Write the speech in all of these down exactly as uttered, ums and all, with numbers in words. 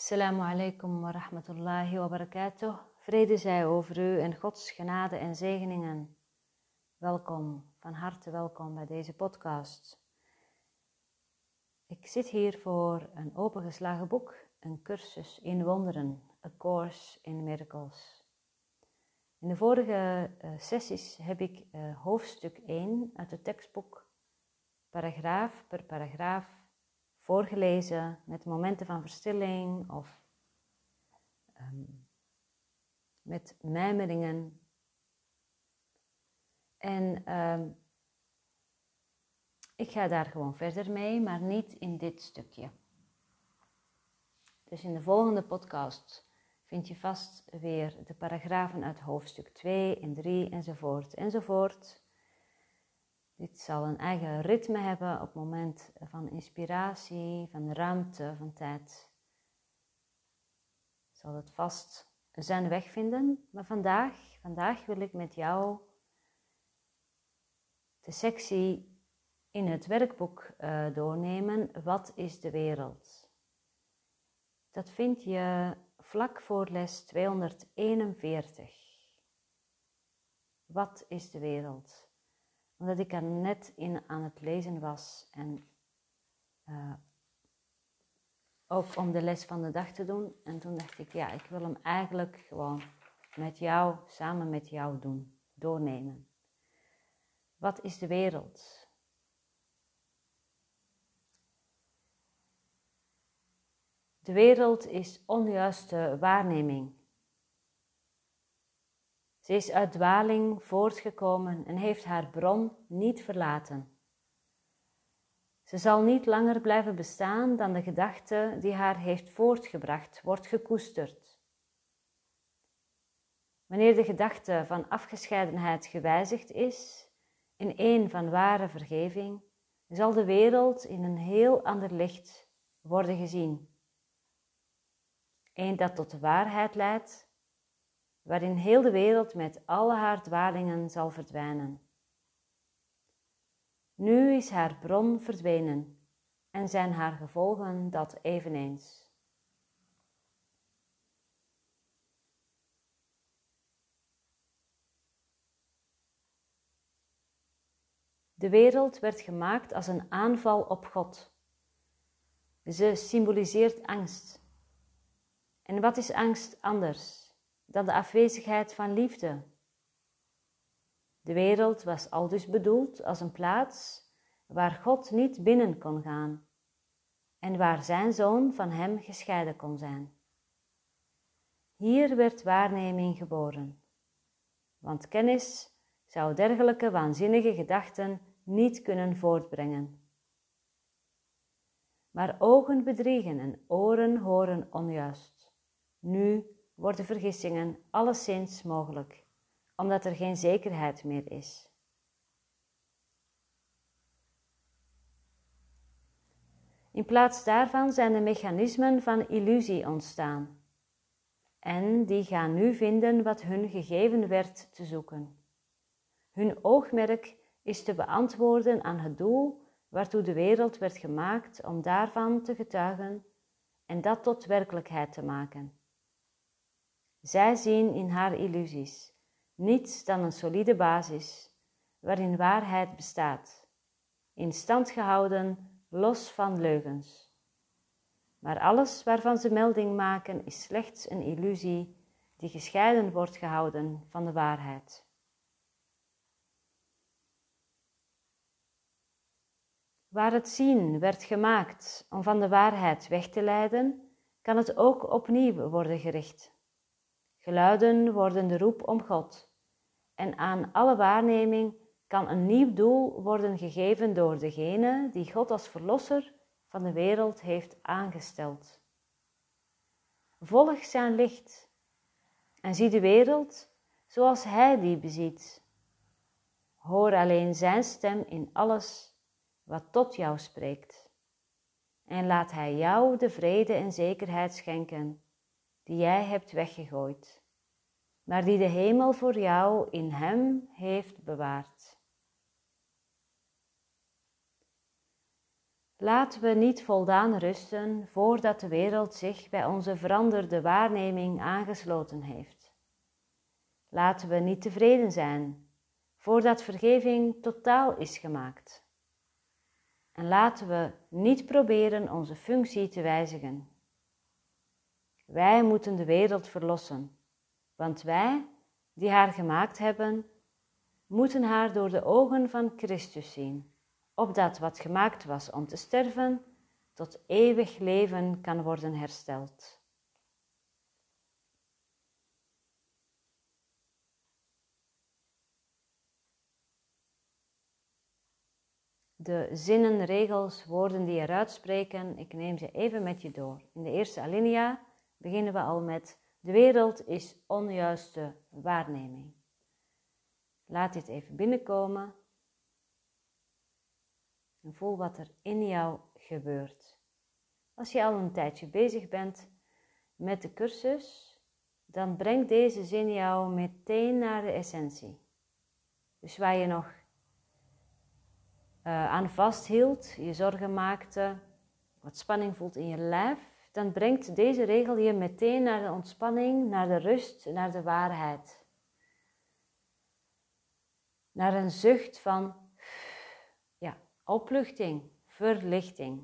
Assalamu alaikum wa rahmatullahi wa barakatuh. Vrede zij over u en Gods genade en zegeningen. Welkom, van harte welkom bij deze podcast. Ik zit hier voor een opengeslagen boek, een cursus in wonderen, A Course in Miracles. In de vorige uh, sessies heb ik uh, hoofdstuk één uit het tekstboek, paragraaf per paragraaf, voorgelezen met momenten van verstilling of um, met mijmeringen. En um, ik ga daar gewoon verder mee, maar niet in dit stukje. Dus in de volgende podcast vind je vast weer de paragrafen uit hoofdstuk twee en drie enzovoort enzovoort. Dit zal een eigen ritme hebben op het moment van inspiratie, van ruimte, van tijd. Zal het vast zijn weg vinden. Maar vandaag, vandaag wil ik met jou de sectie in het werkboek uh, doornemen. Wat is de wereld? Dat vind je vlak voor les tweehonderdeenenveertig. Wat is de wereld? Omdat ik er net in aan het lezen was en uh, ook om de les van de dag te doen. En toen dacht ik, ja, ik wil hem eigenlijk gewoon met jou, samen met jou doen, doornemen. Wat is de wereld? De wereld is onjuiste waarneming. Ze is uit dwaling voortgekomen en heeft haar bron niet verlaten. Ze zal niet langer blijven bestaan dan de gedachte die haar heeft voortgebracht, wordt gekoesterd. Wanneer de gedachte van afgescheidenheid gewijzigd is in een van ware vergeving, zal de wereld in een heel ander licht worden gezien. Een dat tot de waarheid leidt, waarin heel de wereld met alle haar dwalingen zal verdwijnen. Nu is haar bron verdwenen en zijn haar gevolgen dat eveneens. De wereld werd gemaakt als een aanval op God. Ze symboliseert angst. En wat is angst anders dan de afwezigheid van liefde? De wereld was aldus bedoeld als een plaats waar God niet binnen kon gaan en waar zijn zoon van hem gescheiden kon zijn. Hier werd waarneming geboren, want kennis zou dergelijke waanzinnige gedachten niet kunnen voortbrengen. Maar ogen bedriegen en oren horen onjuist. Nu worden vergissingen alleszins mogelijk, omdat er geen zekerheid meer is. In plaats daarvan zijn de mechanismen van illusie ontstaan. En die gaan nu vinden wat hun gegeven werd te zoeken. Hun oogmerk is te beantwoorden aan het doel waartoe de wereld werd gemaakt om daarvan te getuigen en dat tot werkelijkheid te maken. Zij zien in haar illusies niets dan een solide basis waarin waarheid bestaat, in stand gehouden los van leugens. Maar alles waarvan ze melding maken is slechts een illusie die gescheiden wordt gehouden van de waarheid. Waar het zien werd gemaakt om van de waarheid weg te leiden, kan het ook opnieuw worden gericht. Geluiden worden de roep om God, en aan alle waarneming kan een nieuw doel worden gegeven door degene die God als verlosser van de wereld heeft aangesteld. Volg zijn licht en zie de wereld zoals hij die beziet. Hoor alleen zijn stem in alles wat tot jou spreekt. En laat hij jou de vrede en zekerheid schenken die jij hebt weggegooid, maar die de hemel voor jou in hem heeft bewaard. Laten we niet voldaan rusten voordat de wereld zich bij onze veranderde waarneming aangesloten heeft. Laten we niet tevreden zijn voordat vergeving totaal is gemaakt. En laten we niet proberen onze functie te wijzigen. Wij moeten de wereld verlossen, want wij, die haar gemaakt hebben, moeten haar door de ogen van Christus zien, opdat wat gemaakt was om te sterven, tot eeuwig leven kan worden hersteld. De zinnen, regels, woorden die eruit spreken, ik neem ze even met je door. In de eerste alinea beginnen we al met: de wereld is onjuiste waarneming. Laat dit even binnenkomen en voel wat er in jou gebeurt. Als je al een tijdje bezig bent met de cursus, dan brengt deze zin jou meteen naar de essentie. Dus waar je nog uh, aan vasthield, je zorgen maakte, wat spanning voelt in je lijf, dan brengt deze regel je meteen naar de ontspanning, naar de rust, naar de waarheid. Naar een zucht van ja, opluchting, verlichting.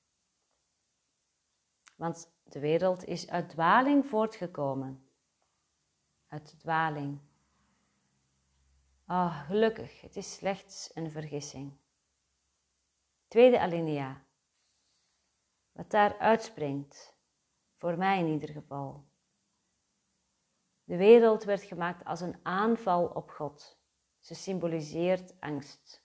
Want de wereld is uit dwaling voortgekomen. Uit dwaling. Ah, gelukkig, het is slechts een vergissing. Tweede alinea. Wat daar uitspringt, voor mij in ieder geval. De wereld werd gemaakt als een aanval op God. Ze symboliseert angst.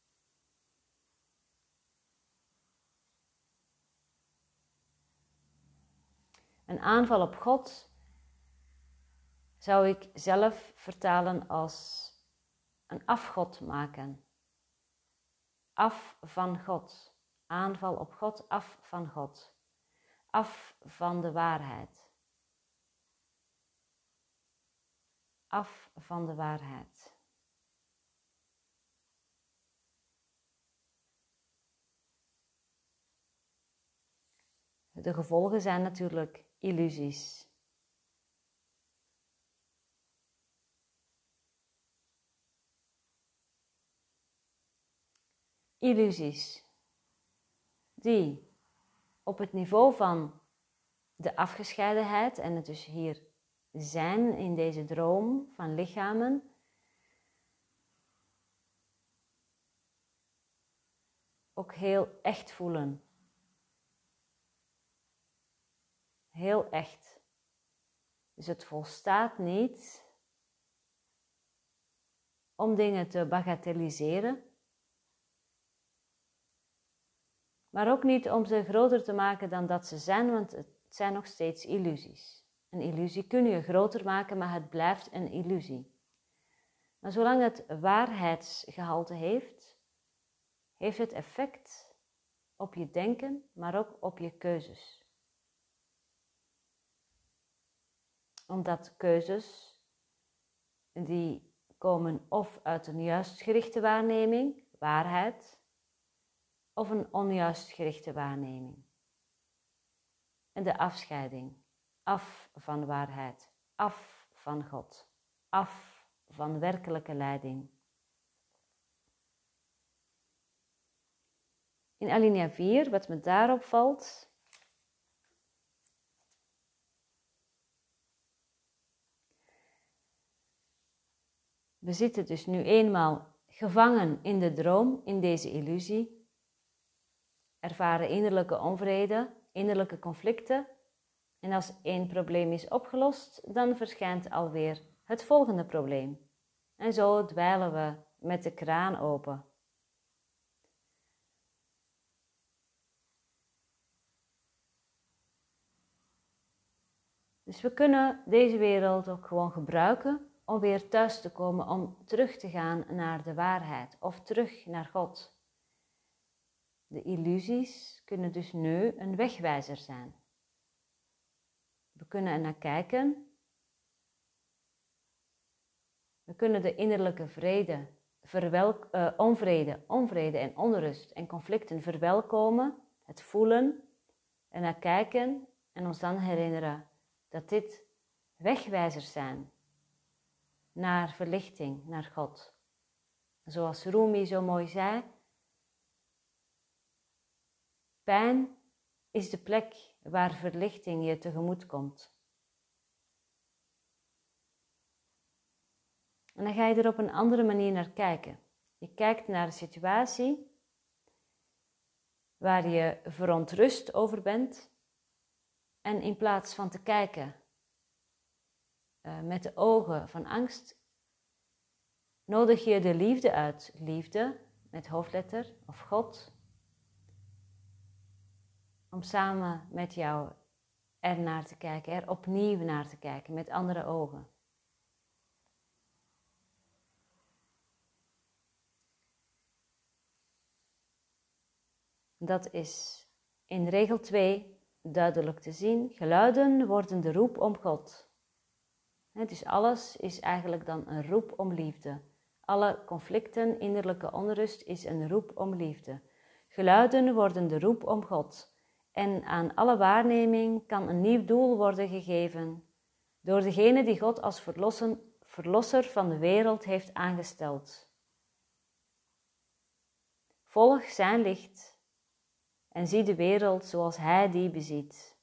Een aanval op God zou ik zelf vertalen als een afgod maken. Af van God. Aanval op God, af van God. Af van de waarheid. Af van de waarheid. De gevolgen zijn natuurlijk illusies. Illusies die op het niveau van de afgescheidenheid en het dus hier zijn in deze droom van lichamen, ook heel echt voelen. Heel echt. Dus het volstaat niet om dingen te bagatelliseren, maar ook niet om ze groter te maken dan dat ze zijn, want het zijn nog steeds illusies. Een illusie kun je groter maken, maar het blijft een illusie. Maar zolang het waarheidsgehalte heeft, heeft het effect op je denken, maar ook op je keuzes. Omdat keuzes, die komen of uit een juist gerichte waarneming, waarheid, of een onjuist gerichte waarneming. En de afscheiding, af van waarheid, af van God, af van werkelijke leiding. In alinea vier, wat me daarop valt, we zitten dus nu eenmaal gevangen in de droom, in deze illusie, ervaren innerlijke onvrede, innerlijke conflicten. En als één probleem is opgelost, dan verschijnt alweer het volgende probleem. En zo dweilen we met de kraan open. Dus we kunnen deze wereld ook gewoon gebruiken om weer thuis te komen, om terug te gaan naar de waarheid of terug naar God. De illusies kunnen dus nu een wegwijzer zijn. We kunnen er naar kijken. We kunnen de innerlijke vrede verwelk, uh, onvrede, onvrede en onrust en conflicten verwelkomen, het voelen en naar kijken en ons dan herinneren dat dit wegwijzers zijn naar verlichting, naar God. Zoals Rumi zo mooi zei, pijn is de plek waar verlichting je tegemoet komt. En dan ga je er op een andere manier naar kijken. Je kijkt naar de situatie waar je verontrust over bent. En in plaats van te kijken uh, met de ogen van angst, nodig je de liefde uit. Liefde met hoofdletter of God. Om samen met jou er naar te kijken, er opnieuw naar te kijken met andere ogen. Dat is in regel twee duidelijk te zien. Geluiden worden de roep om God. Dus alles is eigenlijk dan een roep om liefde. Alle conflicten, innerlijke onrust is een roep om liefde. Geluiden worden de roep om God. En aan alle waarneming kan een nieuw doel worden gegeven door degene die God als verlossen, verlosser van de wereld heeft aangesteld. Volg zijn licht en zie de wereld zoals hij die beziet.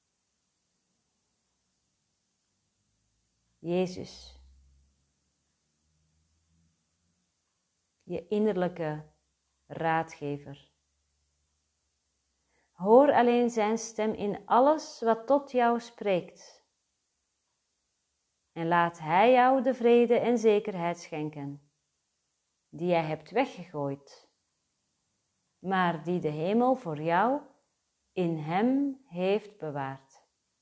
Jezus, je innerlijke raadgever. Hoor alleen zijn stem in alles wat tot jou spreekt. En laat hij jou de vrede en zekerheid schenken, die jij hebt weggegooid, maar die de hemel voor jou in hem heeft bewaard.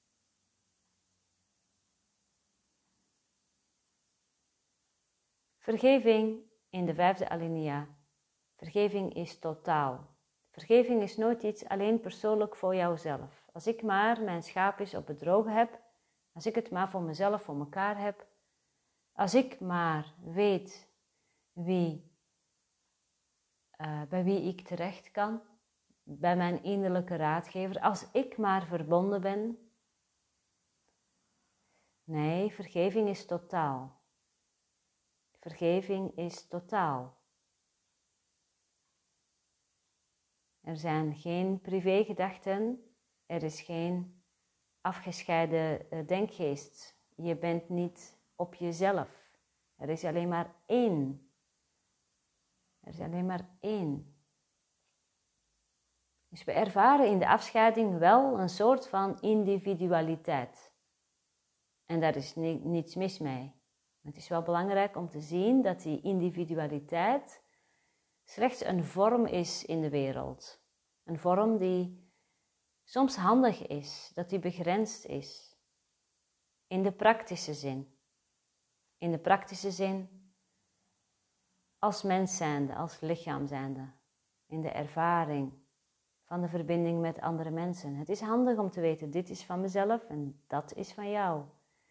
Vergeving in de vijfde alinea. Vergeving is totaal. Vergeving is nooit iets alleen persoonlijk voor jouzelf. Als ik maar mijn schaapjes op het droge heb, als ik het maar voor mezelf voor elkaar heb, als ik maar weet wie, uh, bij wie ik terecht kan, bij mijn innerlijke raadgever, als ik maar verbonden ben. Nee, vergeving is totaal. Vergeving is totaal. Er zijn geen privégedachten, er is geen afgescheiden denkgeest. Je bent niet op jezelf. Er is alleen maar één. Er is alleen maar één. Dus we ervaren in de afscheiding wel een soort van individualiteit. En daar is ni- niets mis mee. Het is wel belangrijk om te zien dat die individualiteit slechts een vorm is in de wereld. Een vorm die soms handig is, dat die begrensd is. In de praktische zin. In de praktische zin als mens zijnde, als lichaam zijnde. In de ervaring van de verbinding met andere mensen. Het is handig om te weten, dit is van mezelf en dat is van jou.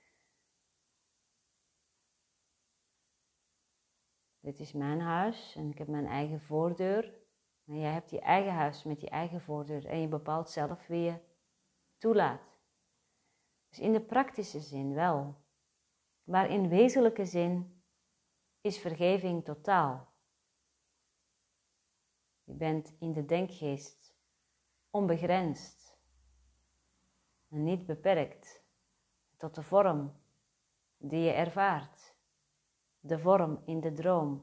Dit is mijn huis en ik heb mijn eigen voordeur. En jij hebt je eigen huis met je eigen voordeur en je bepaalt zelf wie je toelaat. Dus in de praktische zin wel. Maar in wezenlijke zin is vergeving totaal. Je bent in de denkgeest onbegrensd en niet beperkt tot de vorm die je ervaart. De vorm in de droom.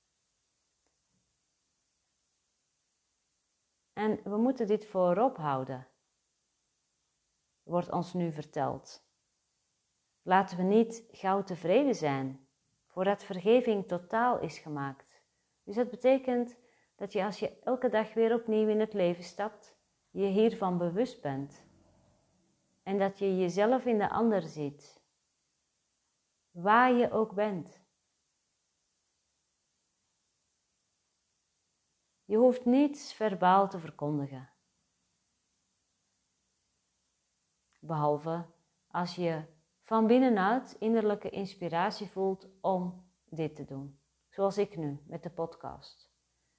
En we moeten dit voorop houden, wordt ons nu verteld. Laten we niet gauw tevreden zijn, voordat vergeving totaal is gemaakt. Dus dat betekent dat je als je elke dag weer opnieuw in het leven stapt, je hiervan bewust bent. En dat je jezelf in de ander ziet, waar je ook bent. Je hoeft niets verbaal te verkondigen. Behalve als je van binnenuit innerlijke inspiratie voelt om dit te doen. zoals ik nu met de podcast.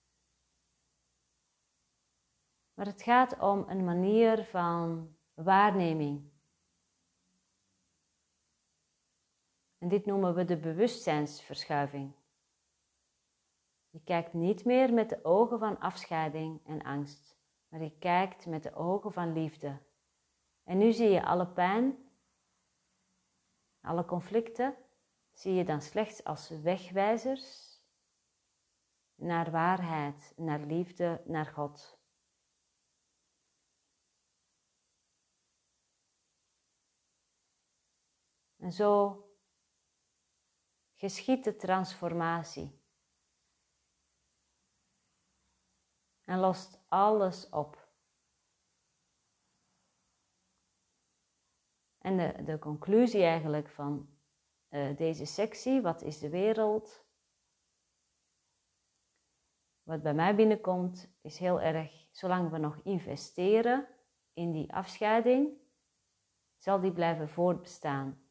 Maar het gaat om een manier van waarneming. En dit noemen we de bewustzijnsverschuiving. Je kijkt niet meer met de ogen van afscheiding en angst, maar je kijkt met de ogen van liefde. En nu zie je alle pijn, alle conflicten, zie je dan slechts als wegwijzers naar waarheid, naar liefde, naar God. En zo geschiet de transformatie. En lost alles op. En de, de conclusie eigenlijk van uh, deze sectie, wat is de wereld? Wat bij mij binnenkomt is heel erg, zolang we nog investeren in die afscheiding, zal die blijven voortbestaan.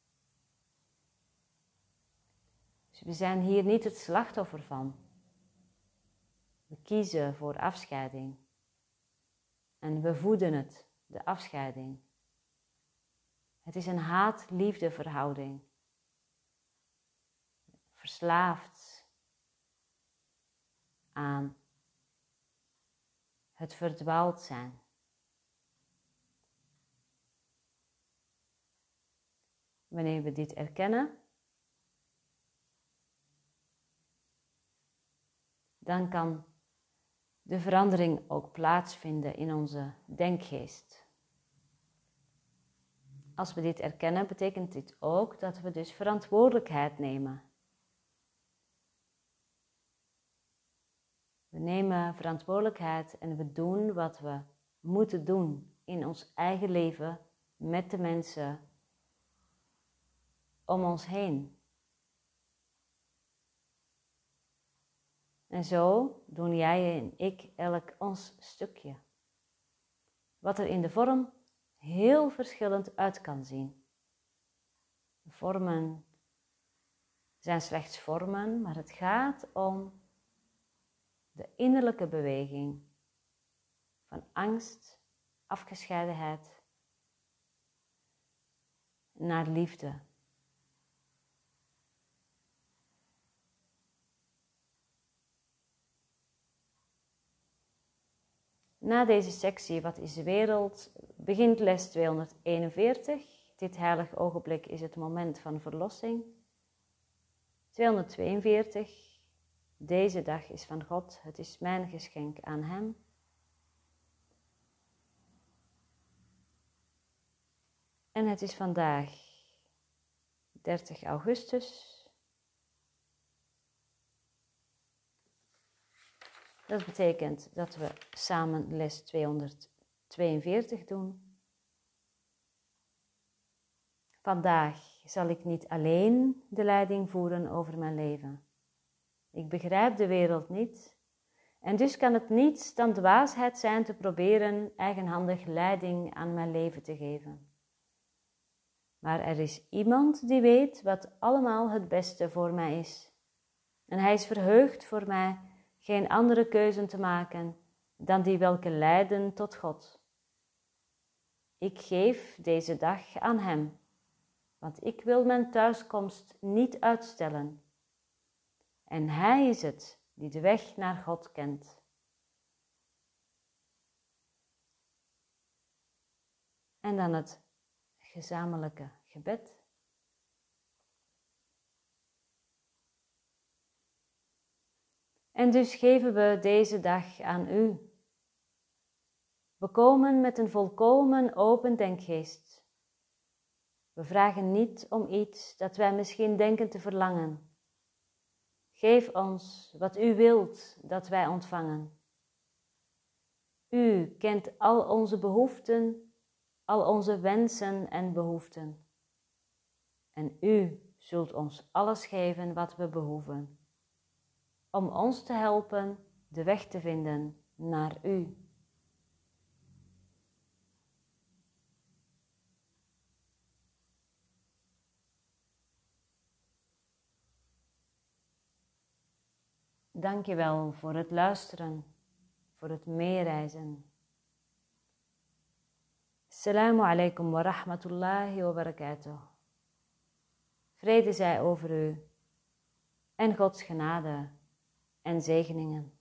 Dus we zijn hier niet het slachtoffer van. We kiezen voor afscheiding. En we voeden het, de afscheiding. Het is een haat-liefde verhouding. Verslaafd aan het verdwaald zijn. Wanneer we dit erkennen, dan kan de verandering ook plaatsvinden in onze denkgeest. Als we dit erkennen, betekent dit ook dat we dus verantwoordelijkheid nemen. We nemen verantwoordelijkheid en we doen wat we moeten doen in ons eigen leven met de mensen om ons heen. En zo doen jij en ik elk ons stukje. Wat er in de vorm heel verschillend uit kan zien. De vormen zijn slechts vormen, maar het gaat om de innerlijke beweging van angst, afgescheidenheid naar liefde. Na deze sectie, wat is de wereld, begint les tweehonderdeenenveertig. Dit heilig ogenblik is het moment van verlossing. tweehonderdtweeënveertig. Deze dag is van God, het is mijn geschenk aan Hem. En het is vandaag dertig augustus. Dat betekent dat we samen les tweehonderdtweeënveertig doen. Vandaag zal ik niet alleen de leiding voeren over mijn leven. Ik begrijp de wereld niet en dus kan het niets dan dwaasheid zijn te proberen eigenhandig leiding aan mijn leven te geven. Maar er is iemand die weet wat allemaal het beste voor mij is. En hij is verheugd voor mij geen andere keuze te maken dan die welke leiden tot God. Ik geef deze dag aan Hem, want ik wil mijn thuiskomst niet uitstellen. En Hij is het die de weg naar God kent. En dan het gezamenlijke gebed. En dus geven we deze dag aan U. We komen met een volkomen open denkgeest. We vragen niet om iets dat wij misschien denken te verlangen. Geef ons wat U wilt dat wij ontvangen. U kent al onze behoeften, al onze wensen en behoeften. En U zult ons alles geven wat we behoeven, om ons te helpen de weg te vinden naar U. dank je wel voor het luisteren, voor het meereizen. Assalamu alaikum wa rahmatullahi wa barakatuh. Vrede zij over u en Gods genade en zegeningen.